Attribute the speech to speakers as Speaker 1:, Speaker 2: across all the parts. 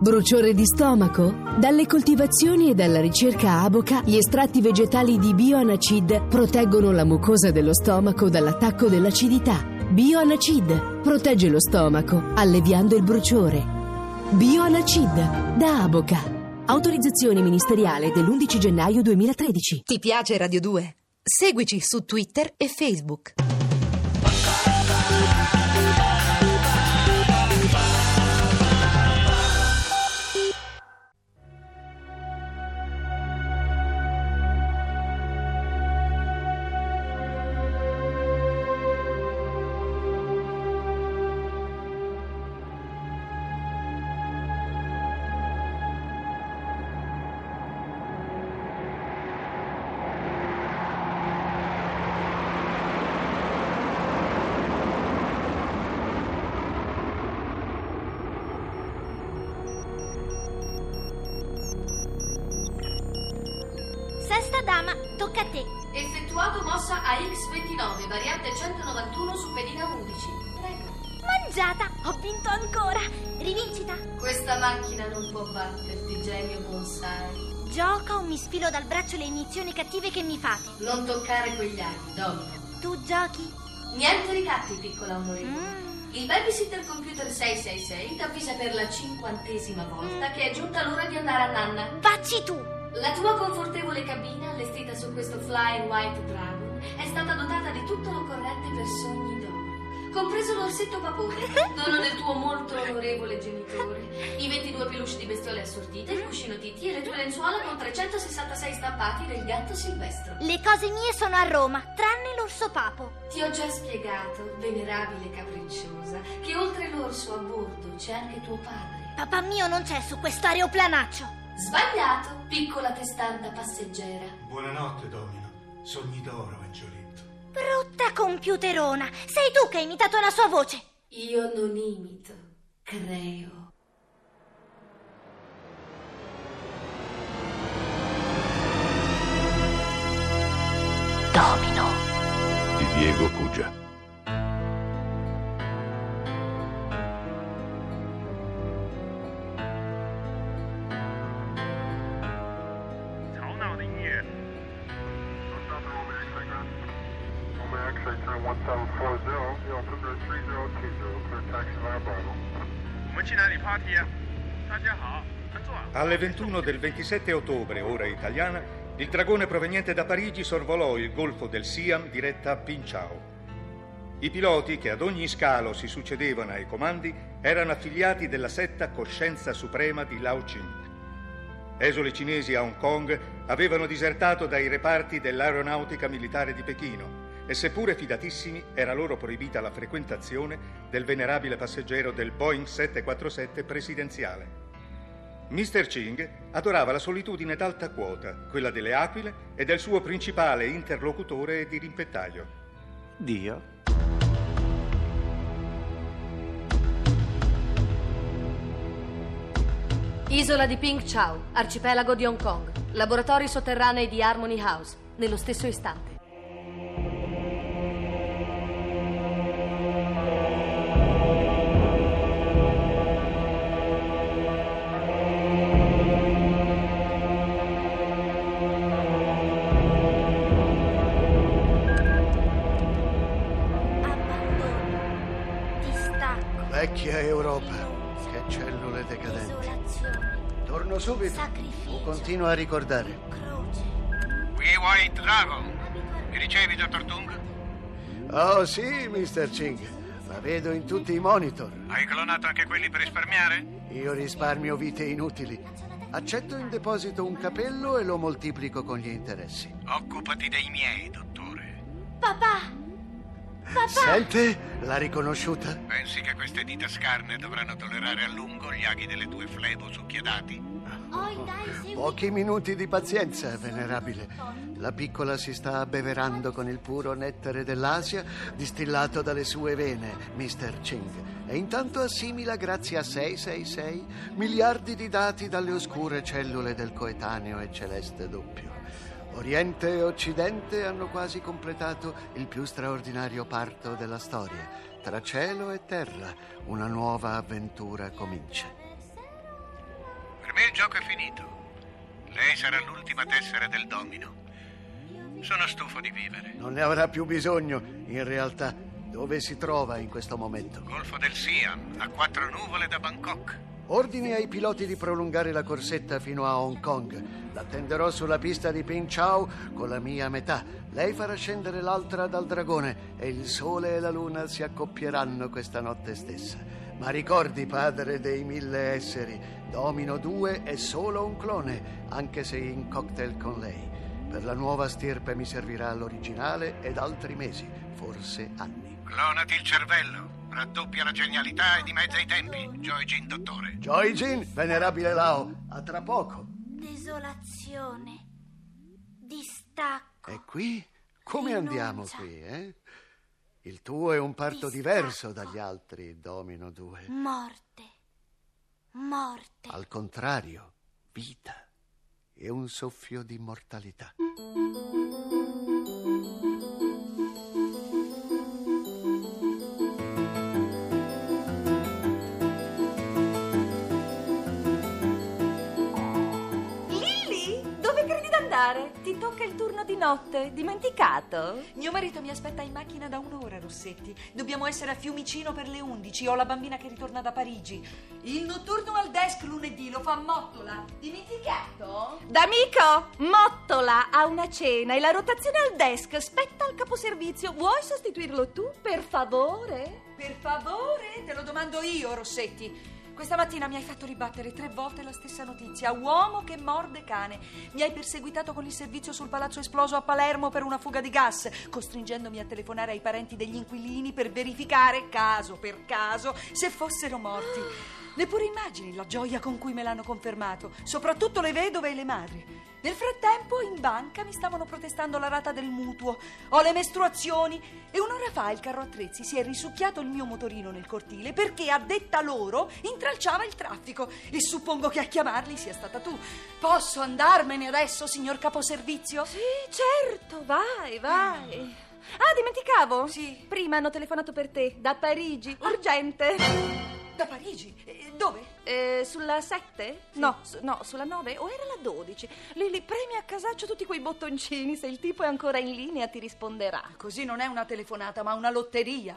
Speaker 1: Bruciore di stomaco? Dalle coltivazioni e dalla ricerca Aboca, gli estratti vegetali di Bioanacid proteggono la mucosa dello stomaco dall'attacco dell'acidità. Bioanacid protegge lo stomaco, alleviando il bruciore. Bioanacid da Aboca. Autorizzazione ministeriale dell'11 gennaio 2013.
Speaker 2: Ti piace Radio 2? Seguici su Twitter e Facebook.
Speaker 3: Sesta dama, tocca a te.
Speaker 4: Effettuato mossa AX29, variante 191 su pedina 11. Prego.
Speaker 3: Mangiata, ho vinto ancora. Rivincita.
Speaker 4: Questa macchina non può batterti, genio bonsai.
Speaker 3: Gioca o mi sfilo dal braccio le iniezioni cattive che mi fate?
Speaker 4: Non toccare quegli aghi, domino.
Speaker 3: Tu giochi?
Speaker 4: Niente ricatti, piccola onorevole. Il babysitter computer 666 ti avvisa per la 50ª volta che è giunta l'ora di andare a nanna.
Speaker 3: Vacci tu.
Speaker 4: La tua confortevole cabina, allestita su questo Flying White Dragon, è stata dotata di tutto l'occorrente per sogni d'oro, compreso l'orsetto papone, dono del tuo molto onorevole genitore, i 22 peluche di bestiole assortite, il cuscino Titi e le tue lenzuola con 366 stampati del gatto Silvestro.
Speaker 3: Le cose mie sono a Roma, tranne l'orso papo.
Speaker 4: Ti ho già spiegato, venerabile capricciosa, che oltre l'orso a bordo c'è anche tuo padre.
Speaker 3: Papà mio non c'è su questo aeroplanaccio.
Speaker 4: Sbagliato, piccola testarda passeggera.
Speaker 5: Buonanotte, Domino. Sogni d'oro, angioletto.
Speaker 3: Brutta computerona, sei tu che hai imitato la sua voce.
Speaker 4: Io non imito, creo.
Speaker 3: Domino.
Speaker 6: Di Diego Cugia.
Speaker 7: Alle 21 del 27 ottobre, ora italiana, il dragone proveniente da Parigi sorvolò il golfo del Siam diretta a Pinchao. I piloti, che ad ogni scalo si succedevano ai comandi, erano affiliati della setta Coscienza Suprema di Lao Jing. Esuli cinesi a Hong Kong avevano disertato dai reparti dell'aeronautica militare di Pechino e, seppure fidatissimi, era loro proibita la frequentazione del venerabile passeggero del Boeing 747 presidenziale. Mr. Ching adorava la solitudine d'alta quota, quella delle aquile e del suo principale interlocutore e dirimpettaio, Dio.
Speaker 4: Isola di Ping Chau, arcipelago di Hong Kong, laboratori sotterranei di Harmony House, nello stesso istante.
Speaker 8: Vecchia Europa, che cellule decadenti. Torno subito. O continuo a ricordare.
Speaker 9: Qui White Dragon. Mi ricevi, Dottor Tung?
Speaker 8: Oh sì, Mr. Ching. La vedo in tutti i monitor.
Speaker 9: Hai clonato anche quelli per risparmiare?
Speaker 8: Io risparmio vite inutili. Accetto in deposito un capello e lo moltiplico con gli interessi.
Speaker 9: Occupati dei miei, dottore.
Speaker 3: Papà! Papà!
Speaker 8: Sente? L'ha riconosciuta?
Speaker 9: Pensi che queste dita scarne dovranno tollerare a lungo gli aghi delle tue flebo succhiadati?
Speaker 8: Pochi minuti di pazienza, venerabile. La piccola si sta abbeverando con il puro nettare dell'Asia distillato dalle sue vene, Mr. Ching. E intanto assimila, grazie a 666, miliardi di dati dalle oscure cellule del coetaneo e celeste doppio. Oriente e Occidente hanno quasi completato il più straordinario parto della storia. Tra cielo e terra, una nuova avventura comincia.
Speaker 9: gioco è finito. Lei sarà l'ultima tessera del domino. Sono stufo di vivere.
Speaker 8: Non ne avrà più bisogno, in realtà. Dove si trova in questo momento?
Speaker 9: Golfo del Siam, a 4 nuvole da Bangkok.
Speaker 8: Ordini ai piloti di prolungare la corsetta fino a Hong Kong. L'attenderò sulla pista di Ping Chau con la mia metà. Lei farà scendere l'altra dal dragone e il sole e la luna si accoppieranno questa notte stessa. Ma ricordi, padre dei 1000 esseri, Domino 2 è solo un clone, anche se in cocktail con lei. Per la nuova stirpe mi servirà l'originale ed altri mesi, forse anni.
Speaker 9: Clonati il cervello. Raddoppia la genialità e dimezza i tempi. Joy Jin, dottore.
Speaker 8: Joy Jin, venerabile Lao, a tra poco.
Speaker 3: Desolazione. Distacco.
Speaker 8: E qui? Come andiamo
Speaker 3: Rinuncia.
Speaker 8: qui, eh? Il tuo è un parto
Speaker 3: Distacco.
Speaker 8: diverso dagli altri, Domino 2.
Speaker 3: Morte. Morte.
Speaker 8: Al contrario, vita e un soffio di immortalità.
Speaker 10: Ti tocca il turno di notte, dimenticato?
Speaker 11: Mio marito mi aspetta in macchina da 1 ora, Rossetti. Dobbiamo essere a Fiumicino per le 11. Ho la bambina che ritorna da Parigi. Il notturno al desk lunedì lo fa Mottola. Dimenticato?
Speaker 10: D'amico, Mottola ha una cena e la rotazione al desk spetta al caposervizio. Vuoi sostituirlo tu, per favore?
Speaker 11: Per favore? Te lo domando io, Rossetti. Questa mattina mi hai fatto ribattere 3 volte la stessa notizia. Uomo che morde cane. Mi hai perseguitato con il servizio sul palazzo esploso a Palermo per una fuga di gas, costringendomi a telefonare ai parenti degli inquilini per verificare, caso per caso, se fossero morti. Neppure immagini la gioia con cui me l'hanno confermato, soprattutto le vedove e le madri. Nel frattempo in banca mi stavano protestando la rata del mutuo. Ho le mestruazioni e un'ora fa il carro attrezzi si è risucchiato il mio motorino nel cortile perché, a detta loro, intralciava il traffico. E suppongo che a chiamarli sia stata tu. Posso andarmene adesso, signor caposervizio?
Speaker 10: Sì, certo, vai. Ah, dimenticavo.
Speaker 11: Sì.
Speaker 10: Prima hanno telefonato per te, da Parigi, urgente.
Speaker 11: Da Parigi? Dove?
Speaker 10: Sulla 7? Sì. No, sulla 9 o era la 12? Lili, premi a casaccio tutti quei bottoncini. Se il tipo è ancora in linea ti risponderà.
Speaker 11: Così non è una telefonata, ma una lotteria.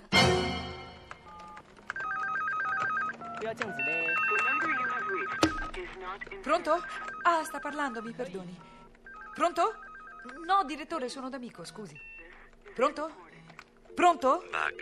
Speaker 11: Pronto? Ah, sta parlando, mi perdoni. Pronto? No, direttore, sono d'amico, scusi. Pronto? Pronto?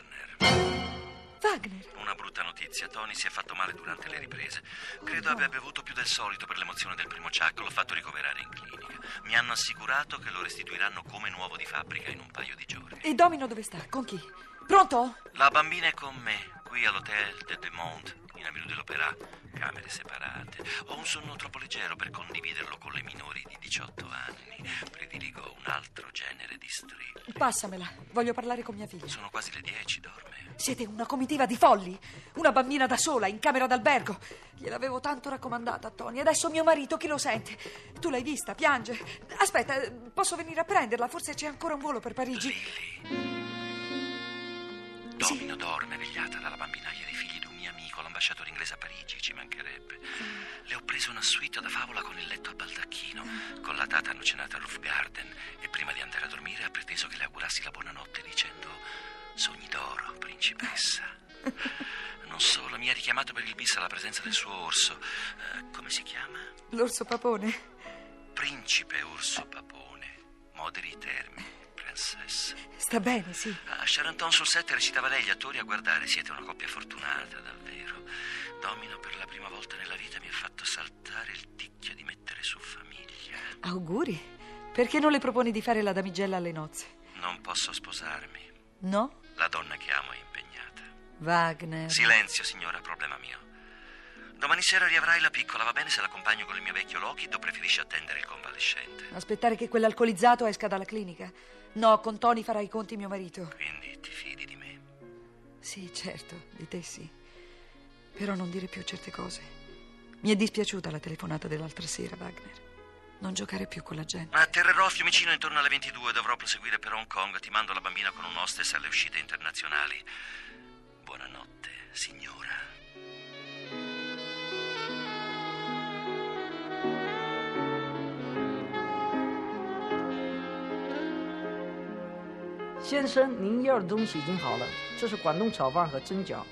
Speaker 11: Wagner.
Speaker 12: Una brutta notizia. Tony si è fatto male durante le riprese. Credo abbia bevuto più del solito per l'emozione del primo ciacco. L'ho fatto ricoverare in clinica. Mi hanno assicurato che lo restituiranno come nuovo di fabbrica in un paio di giorni.
Speaker 11: E Domino dove sta? Con chi? Pronto?
Speaker 12: La bambina è con me, qui all'Hotel de Demont, in Avenue de l'Opéra. Camere separate. Ho un sonno troppo leggero per condividerlo con le minori di 18 anni. Prediligo un altro genere di strilli.
Speaker 11: Passamela, voglio parlare con mia figlia.
Speaker 12: Sono quasi le 10, dorme.
Speaker 11: Siete una comitiva di folli. Una bambina da sola in camera d'albergo. Gliel'avevo tanto raccomandata a Tony. Adesso mio marito chi lo sente? Tu l'hai vista, piange. Aspetta, posso venire a prenderla? Forse c'è ancora un volo per Parigi.
Speaker 12: Lily. Domino dorme, vegliata dalla bambinaia dei figli di un mio amico, l'ambasciatore inglese a Parigi, ci mancherebbe. Le ho preso una suite da favola con il letto a baldacchino. Con la tata hanno cenato al Roof Garden e prima di andare a dormire ha preteso che le augurassi la buonanotte dicendo: sogni d'oro, principessa. Non solo, mi ha richiamato per il bis alla presenza del suo orso. Come si chiama?
Speaker 11: L'orso papone.
Speaker 12: Principe orso papone. Moderi i termini.
Speaker 11: Sta bene, sì.
Speaker 12: A Charenton sul set recitava lei, gli attori a guardare. Siete una coppia fortunata, davvero. Domino per la prima volta nella vita mi ha fatto saltare il ticchio di mettere su famiglia.
Speaker 11: Auguri. Perché non le proponi di fare la damigella alle nozze?
Speaker 12: Non posso sposarmi.
Speaker 11: No?
Speaker 12: La donna che amo è impegnata.
Speaker 11: Wagner.
Speaker 12: Silenzio, signora, problema mio. Domani sera riavrai la piccola, va bene se l'accompagno con il mio vecchio Lockheed o preferisci attendere il convalescente?
Speaker 11: Aspettare che quell'alcolizzato esca dalla clinica? No, con Tony farà i conti mio marito.
Speaker 12: Quindi ti fidi di me?
Speaker 11: Sì, certo, di te sì. Però non dire più certe cose. Mi è dispiaciuta la telefonata dell'altra sera, Wagner. Non giocare più con la gente.
Speaker 12: Atterrerò a Fiumicino intorno alle 22. Dovrò proseguire per Hong Kong. Ti mando la bambina con un hostess alle uscite internazionali. Buonanotte, signora.
Speaker 13: 先生，您要的东西已经好了，这是广东炒饭和蒸饺。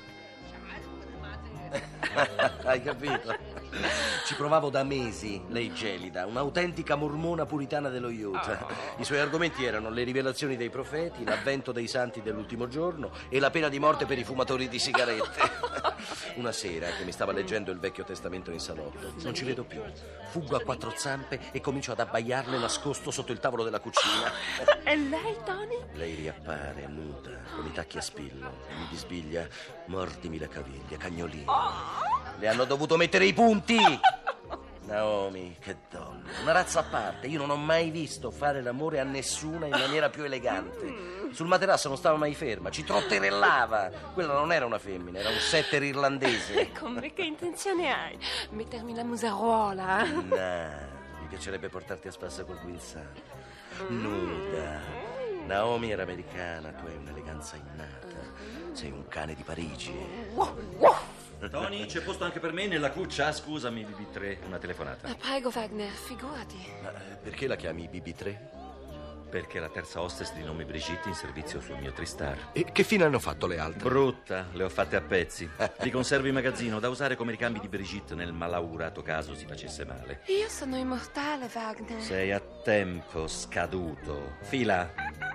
Speaker 12: Hai capito? Ci provavo da mesi, lei gelida, un'autentica mormona puritana dello Utah. I suoi argomenti erano le rivelazioni dei profeti, l'avvento dei santi dell'ultimo giorno e la pena di morte per i fumatori di sigarette. Una sera, che mi stava leggendo il Vecchio Testamento in salotto, non ci vedo più. Fuggo a quattro zampe e comincio ad abbaiarle nascosto sotto il tavolo della cucina.
Speaker 14: E lei, Tony?
Speaker 12: Lei riappare, nuda, con i tacchi a spillo, e mi bisbiglia: mordimi la caviglia, cagnolino. Le hanno dovuto mettere i punti! Naomi, che donna, una razza a parte. Io non ho mai visto fare l'amore a nessuna in maniera più elegante. Sul materasso non stava mai ferma, ci trotterellava. Quella non era una femmina, era un setter irlandese.
Speaker 14: Come, che intenzione hai? Mettermi la museruola?
Speaker 12: No, mi piacerebbe portarti a spasso col guinzaglio. Nuda. Naomi era americana, tu hai un'eleganza innata. Sei un cane di Parigi.
Speaker 15: Tony, c'è posto anche per me nella cuccia? Scusami, BB3, una telefonata.
Speaker 14: Prego, Wagner, figurati.
Speaker 12: Ma perché la chiami BB3?
Speaker 15: Perché è la terza hostess di nome Brigitte in servizio sul mio TriStar.
Speaker 12: E che fine hanno fatto le altre?
Speaker 15: Brutta, le ho fatte a pezzi. Li conservo in magazzino da usare come ricambi di Brigitte nel malaugurato caso si facesse male.
Speaker 14: Io sono immortale, Wagner.
Speaker 15: Sei a tempo, scaduto. Fila.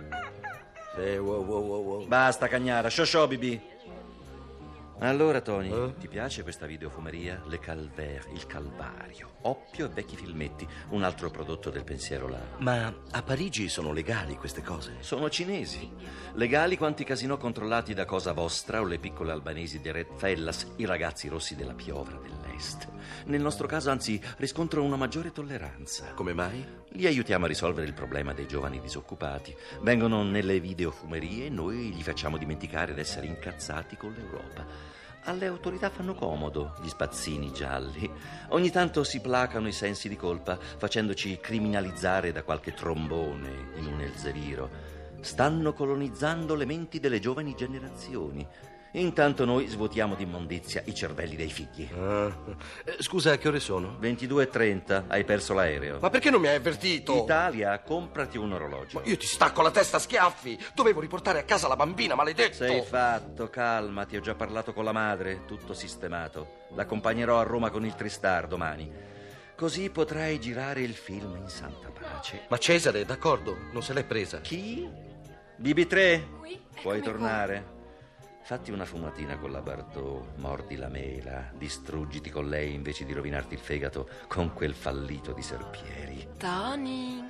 Speaker 12: Wow.
Speaker 15: Basta, cagnara. Shosho, BB. Allora, Tony, ti piace questa videofumeria? Le Calvaire, il Calvario, oppio e vecchi filmetti, un altro prodotto del pensiero là.
Speaker 12: Ma a Parigi sono legali queste cose?
Speaker 15: Sono cinesi. Legali quanti casinò controllati da Cosa Vostra o le piccole albanesi di Red Fellas, i ragazzi rossi della piovra dell'Est. Nel nostro caso, anzi, riscontro una maggiore tolleranza.
Speaker 12: Come mai?
Speaker 15: Li aiutiamo a risolvere il problema dei giovani disoccupati. Vengono nelle videofumerie e noi gli facciamo dimenticare di essere incazzati con l'Europa. Alle autorità fanno comodo gli spazzini gialli. Ogni tanto si placano i sensi di colpa facendoci criminalizzare da qualche trombone in un elzeviro. Stanno colonizzando le menti delle giovani generazioni. Intanto noi svuotiamo di immondizia i cervelli dei figli.
Speaker 12: Scusa, che ore sono?
Speaker 15: 22:30, hai perso l'aereo.
Speaker 12: Ma perché non mi hai avvertito?
Speaker 15: Italia, comprati un orologio.
Speaker 12: Ma io ti stacco la testa a schiaffi. Dovevo riportare a casa la bambina, maledetto.
Speaker 15: Sei fatto, calma, ti ho già parlato con la madre, tutto sistemato. L'accompagnerò a Roma con il TriStar domani. Così potrai girare il film in santa pace.
Speaker 12: Ma Cesare, d'accordo, non se l'è presa.
Speaker 15: Chi? BB3?
Speaker 14: Oui,
Speaker 15: Puoi tornare. Fatti una fumatina con la Bardot, mordi la mela, distruggiti con lei invece di rovinarti il fegato con quel fallito di Serpieri.
Speaker 14: Tony.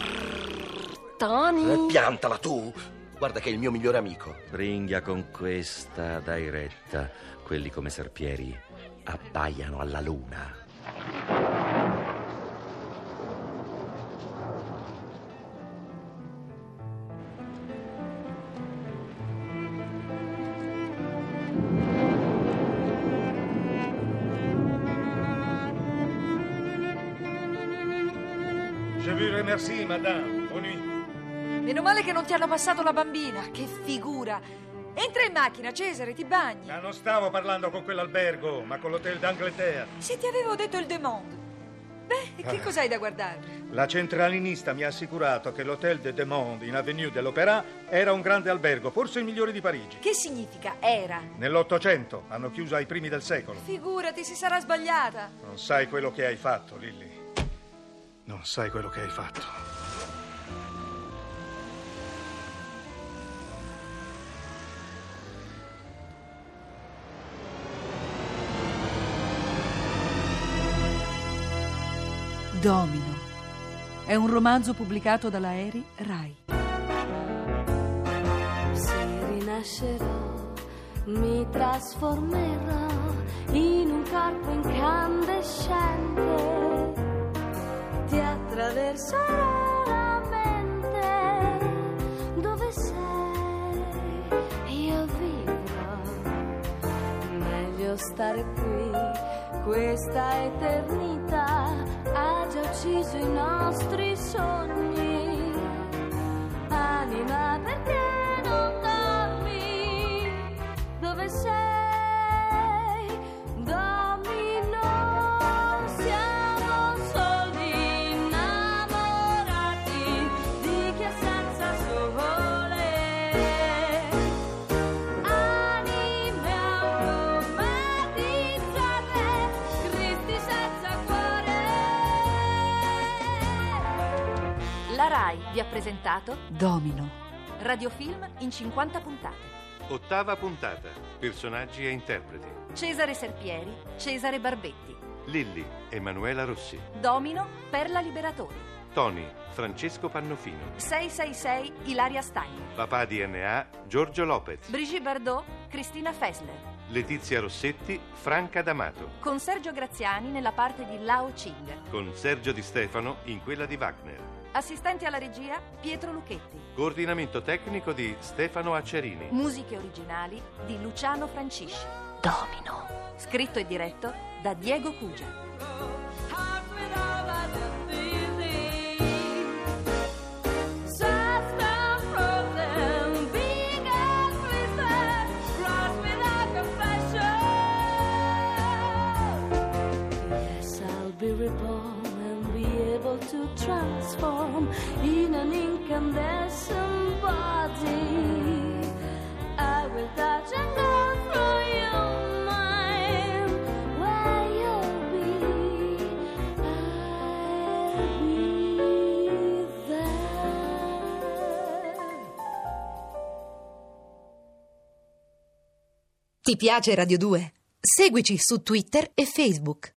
Speaker 14: Tony.
Speaker 12: Piantala tu. Guarda che è il mio migliore amico.
Speaker 15: Bringhia con questa, dai retta. Quelli come Serpieri abbaiano alla luna.
Speaker 7: Je vous remercie, madame. Bonne nuit.
Speaker 11: Meno male che non ti hanno passato la bambina. Che figura. Entra in macchina, Cesare, ti bagni.
Speaker 7: Ma non stavo parlando con quell'albergo, ma con l'Hotel d'Angleterre.
Speaker 11: Se ti avevo detto il Demond. Beh, che cos'hai da guardare?
Speaker 7: La centralinista mi ha assicurato che l'Hotel de Demond in Avenue de l'Opéra era un grande albergo, forse il migliore di Parigi.
Speaker 11: Che significa era?
Speaker 7: Nell'800, hanno chiuso ai primi del secolo.
Speaker 11: Figurati, si sarà sbagliata.
Speaker 7: Non sai quello che hai fatto, Lilly. Non sai quello che hai fatto.
Speaker 11: Domino. È un romanzo pubblicato dalla Eri Rai.
Speaker 16: Se rinascerò, mi trasformerò in un corpo incandescente. Ti attraverserò la mente. Dove sei? Io vivrò. Meglio stare qui. Questa eternità ha già ucciso i nostri sogni. Anima, perché non dormi? Dove sei? Domino, siamo soli innamorati di chi è senza sole.
Speaker 10: La Rai vi ha presentato
Speaker 11: Domino.
Speaker 10: radiofilm in 50 puntate.
Speaker 17: 8ª puntata. Personaggi e interpreti.
Speaker 10: Cesare Serpieri, Cesare Barbetti.
Speaker 17: Lilli, Emanuela Rossi.
Speaker 10: Domino, Perla Liberatori.
Speaker 17: Tony, Francesco Pannofino.
Speaker 10: 666, Ilaria Steiner.
Speaker 17: Papà DNA, Giorgio Lopez.
Speaker 10: Brigitte Bardot, Cristina Fessler.
Speaker 17: Letizia Rossetti, Franca D'Amato.
Speaker 10: Con Sergio Graziani nella parte di Lao Ching.
Speaker 17: Con Sergio Di Stefano in quella di Wagner.
Speaker 10: Assistenti alla regia, Pietro Lucchetti.
Speaker 17: Coordinamento tecnico di Stefano Acciarini.
Speaker 10: Musiche originali di Luciano Francisci.
Speaker 2: Domino.
Speaker 10: Scritto e diretto da Diego Cugia.
Speaker 16: Be reborn and be able to transform in an incandescent body. I will touch and go through your mind. Where you'll be, I'll be there.
Speaker 2: Ti piace Radio 2? Seguici su Twitter e Facebook.